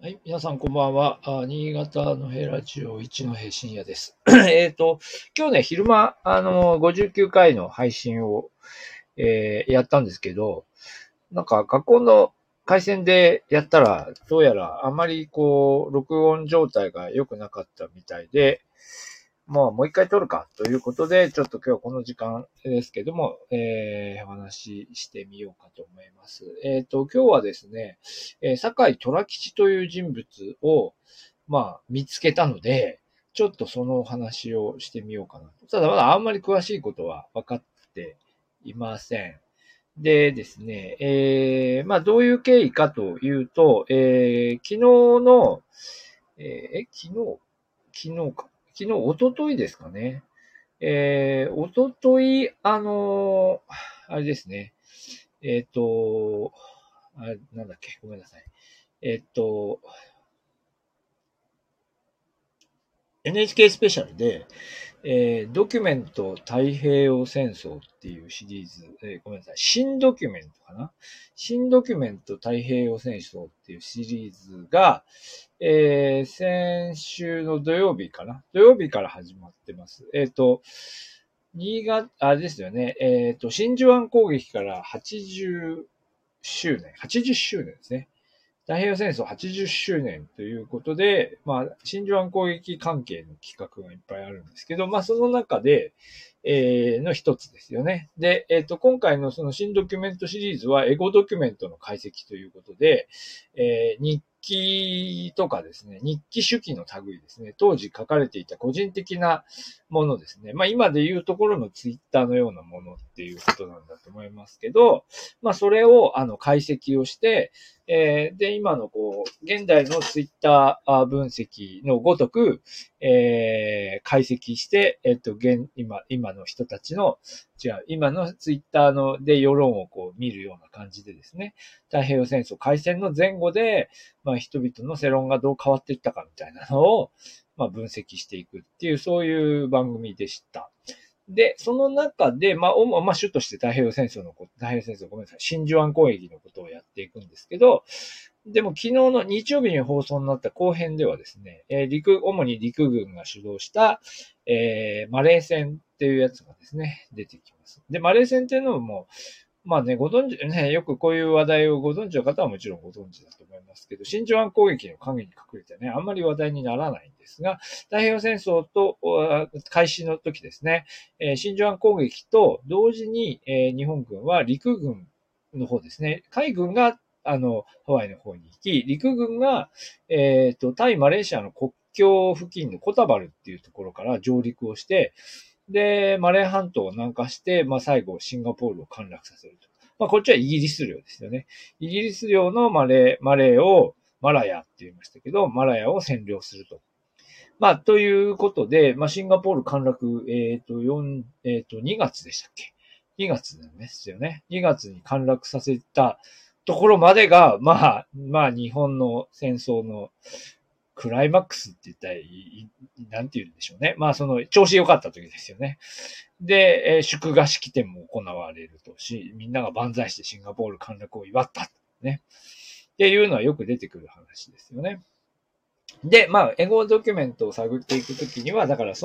はい、皆さんこんばんは。新潟のヘラジオ一の平深夜です。今日ね、昼間、59回の配信を、やったんですけど、なんか学校の回線でやったら、どうやらあまり録音状態が良くなかったみたいで、もう一回撮るかということで、ちょっと今日この時間ですけども、お話ししてみようかと思います。今日はですね、酒井虎吉という人物を、見つけたので、ちょっとそのお話をしてみようかなと。ただまだあんまり詳しいことは分かっていません。でですね、どういう経緯かというと、昨日の、昨日か。昨日、一昨日ですかね。一昨日あれですね。えっ、と、なんだっけ、ごめんなさい。えっ、と、NHK スペシャルで、ドキュメント太平洋戦争っていうシリーズ、ごめんなさい、新ドキュメントかな新ドキュメント太平洋戦争っていうシリーズが、先週の土曜日かな土曜日から始まってます。新潟、あれですよね。真珠湾攻撃から80周年、80周年ですね。太平洋戦争80周年ということで、真珠湾攻撃関係の企画がいっぱいあるんですけど、その中で、の一つですよね。で、今回のその新ドキュメントシリーズはエゴドキュメントの解析ということで、日記とかですね、日記手記の類ですね、当時書かれていた個人的なものですね。今で言うところのツイッターのようなものっていうことなんだと思いますけど、それを解析をして、で、今の現代のツイッター分析のごとく、解析して、今の人たちの、今のツイッターで世論を見るような感じでですね、太平洋戦争開戦の前後で、人々の世論がどう変わっていったかみたいなのを、分析していくっていう、そういう番組でした。で、その中で、主として太平洋戦争、ごめんなさい、真珠湾攻撃のことをやっていくんですけど、でも昨日の日曜日に放送になった後編ではですね、主に陸軍が主導した、マレー戦っていうやつがですね、出てきます。で、マレー戦っていうのも、ご存知、ね、よくこういう話題をご存知の方はもちろんご存知だと思いますけど、真珠湾攻撃の影に隠れてね、あんまり話題にならないんですが、太平洋戦争と開始の時ですね、真珠湾攻撃と同時に、日本軍は陸軍の方ですね、海軍がハワイの方に行き、陸軍が、対マレーシアの国境付近のコタバルっていうところから上陸をして、で、マレー半島を南下して、最後シンガポールを陥落させると。こっちはイギリス領ですよね。イギリス領のマレーを、マラヤって言いましたけど、マラヤを占領すると。ということで、シンガポール陥落、2月でしたっけ？ 2 月なんですよね。2月に陥落させたところまでが、日本の戦争のクライマックスって言ったらなんて言うんでしょうね。調子良かった時ですよね。で、祝賀式典も行われるとし、みんなが万歳してシンガポール陥落を祝った。ね。っていうのはよく出てくる話ですよね。で、エゴドキュメントを探っていくときには、だから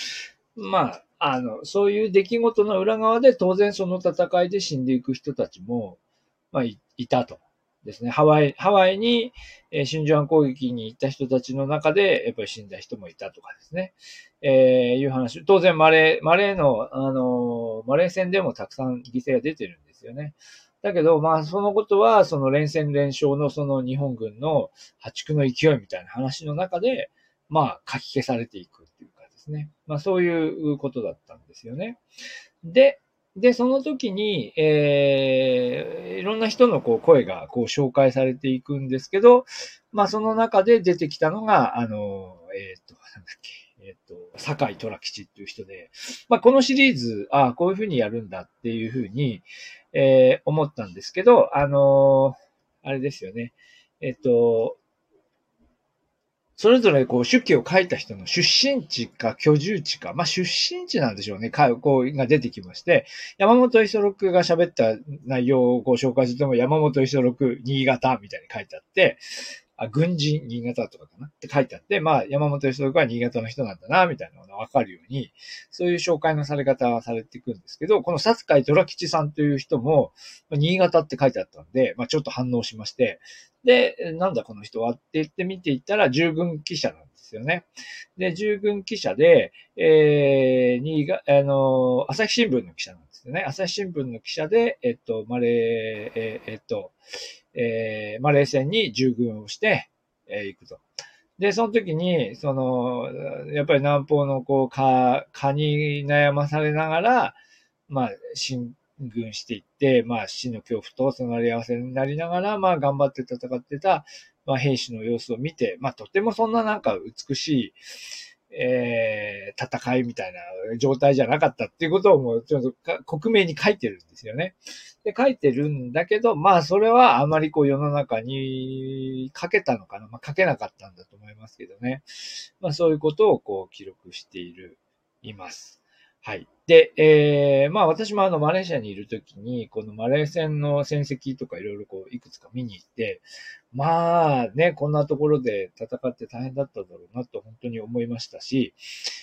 そういう出来事の裏側で当然その戦いで死んでいく人たちも、いたと。ですね。ハワイに、真珠湾攻撃に行った人たちの中で、やっぱり死んだ人もいたとかですね。いう話。当然マレーの、マレー戦でもたくさん犠牲が出てるんですよね。だけど、そのことは、その連戦連勝のその日本軍の破竹の勢いみたいな話の中で、書き消されていくっていうかですね。そういうことだったんですよね。で、その時に、いろんな人の声が紹介されていくんですけど、その中で出てきたのが、なんだっけ、酒井虎吉っていう人で、このシリーズ、こういう風にやるんだっていう風に、思ったんですけど、あれですよね。それぞれ手記を書いた人の出身地か居住地か、出身地なんでしょうね、が出てきまして、山本五十六が喋った内容をご紹介するとも、山本五十六、新潟みたいに書いてあって、 軍人新潟とかかなって書いてあって、まあ、山本五十六は新潟の人なんだな、みたいなのがわかるように、そういう紹介のされ方はされていくんですけど、この薩海虎吉さんという人も、新潟って書いてあったんで、まあ、ちょっと反応しまして、で、なんだこの人はって言って見ていったら、従軍記者なんですよね。で、従軍記者で、朝日新聞の記者なんですよね。朝日新聞の記者で、マレー戦に従軍をして、行くと。で、その時に、やっぱり南方の蚊に悩まされながら、まあ、進軍していって、まあ、死の恐怖と隣り合わせになりながら、まあ、頑張って戦ってた、まあ、兵士の様子を見て、まあ、とてもそんななんか美しい、戦いみたいな状態じゃなかったっていうことをもうちょっと克明に書いてるんですよね。で、書いてるんだけど、まあ、それはあまり世の中に書けたのかな。まあ、書けなかったんだと思いますけどね。まあ、そういうことを記録しています。はい。で、まあ私もマレーシアにいるときに、このマレー戦の戦績とかいろいろいくつか見に行って、まあね、こんなところで戦って大変だっただろうなと本当に思いましたし、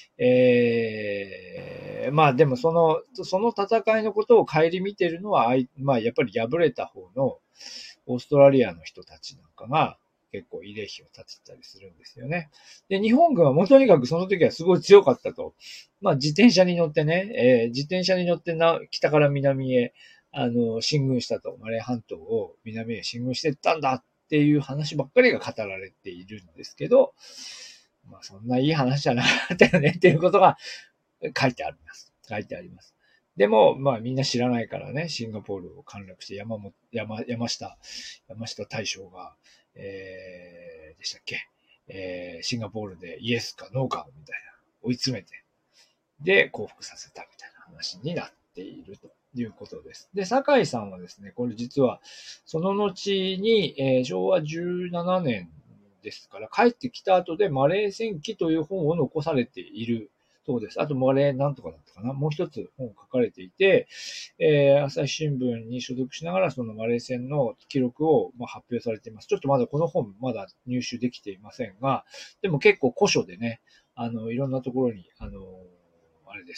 まあでもその戦いのことを顧みてるのは、まあやっぱり敗れた方のオーストラリアの人たちなんかが結構慰霊碑を立てたりするんですよね。で、日本軍はもうとにかくその時はすごい強かったと。まあ自転車に乗ってね、自転車に乗って北から南へ、進軍したと。マレー半島を南へ進軍していったんだっていう話ばっかりが語られているんですけど、まあそんないい話じゃなかったよねっていうことが書いてあります。書いてあります。でも、まあみんな知らないからね、シンガポールを陥落して山下大将が、でしたっけ、シンガポールでイエスかノーかみたいな追い詰めて、で、降伏させたみたいな話になっているということです。で、酒井さんはですね、これ実は、その後に、昭和17年ですから、帰ってきた後でマレー戦記という本を残されているそうです。あと、マレーなんとかだったかな。もう一つ本を書かれていて、朝日新聞に所属しながら、そのマレー戦の記録を発表されています。ちょっとまだこの本、まだ入手できていませんが、でも結構古書でね、いろんなところに、あれです。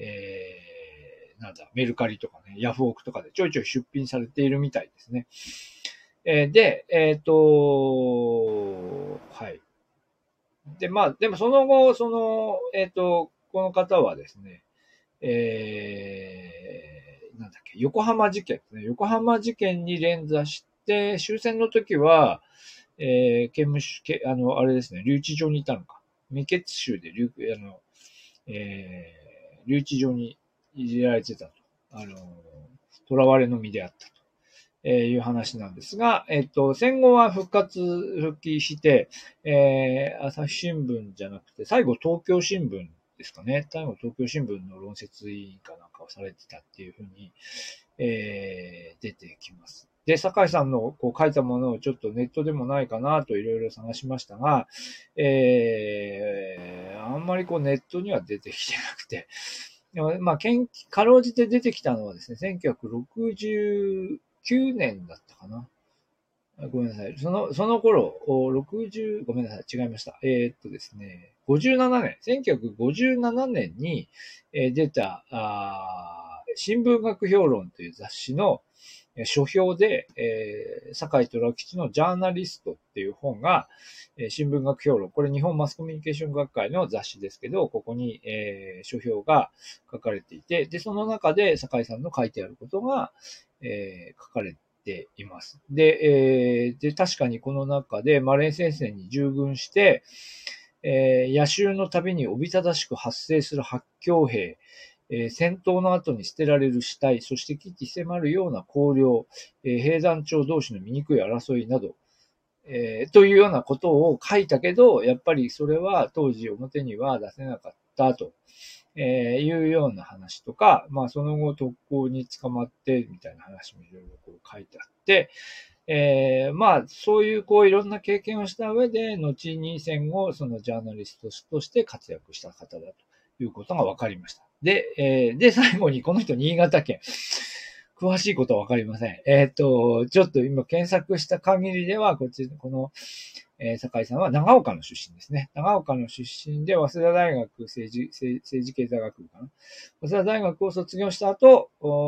メルカリとかね、ヤフオクとかでちょいちょい出品されているみたいですね。で、はい。で、まあ、でもその後、この方はですね、横浜事件ですね。横浜事件に連座して、終戦の時は、刑務所、あれですね、留置場にいたのか。未決州で留置場にいじられてたと。囚われの身であったと。いう話なんですが、戦後は復帰して、朝日新聞じゃなくて、最後東京新聞ですかね。最後東京新聞の論説委員かなんかをされてたっていうふうに、出てきます。で、酒井さんの書いたものをちょっとネットでもないかなといろいろ探しましたが、あんまりネットには出てきてなくて、でもまあ、かろうじて出てきたのはですね、1969年だったかな。ごめんなさい。その頃、ごめんなさい。違いました。ですね、1957年に出た、新聞学評論という雑誌の書評で、酒井虎吉のジャーナリストっていう本が、新聞学評論、これ日本マスコミュニケーション学会の雑誌ですけど、ここに、書評が書かれていて、で、その中で酒井さんの書いてあることが、書かれています。で、確かにこの中でマレー戦線に従軍して、野襲のたびにおびただしく発生する発狂兵、戦闘の後に捨てられる死体、そして危機迫るような荒涼、兵団長同士の醜い争いなど、というようなことを書いたけど、やっぱりそれは当時表には出せなかったと、いうような話とか、まあその後特攻に捕まってみたいな話もいろいろ書いてあって、まあそういういろんな経験をした上で、後に戦後そのジャーナリストとして活躍した方だということが分かりました。で、最後にこの人新潟県。 詳しいことはわかりません。ちょっと今検索した限りでは、この、酒井さんは長岡の出身ですね。長岡の出身で、早稲田大学政治経済学部かな。早稲田大学を卒業した後、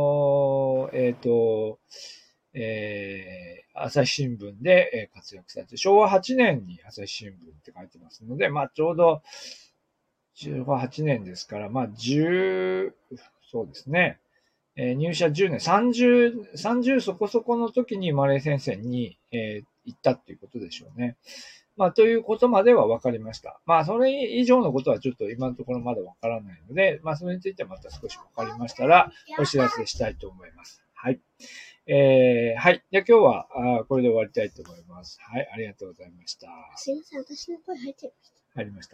朝日新聞で活躍されて、昭和8年に朝日新聞って書いてますので、まあちょうど昭和8年ですから、まあそうですね。入社10年、30そこそこの時にマレー先生に、行ったっていうことでしょうね。まあ、ということまでは分かりました。まあ、それ以上のことはちょっと今のところまだ分からないので、まあ、それについてはまた少し分かりましたら、お知らせしたいと思います。はい。はい。じゃあ今日はこれで終わりたいと思います。はい。ありがとうございました。 すいません、私の声入ってました。 入りました。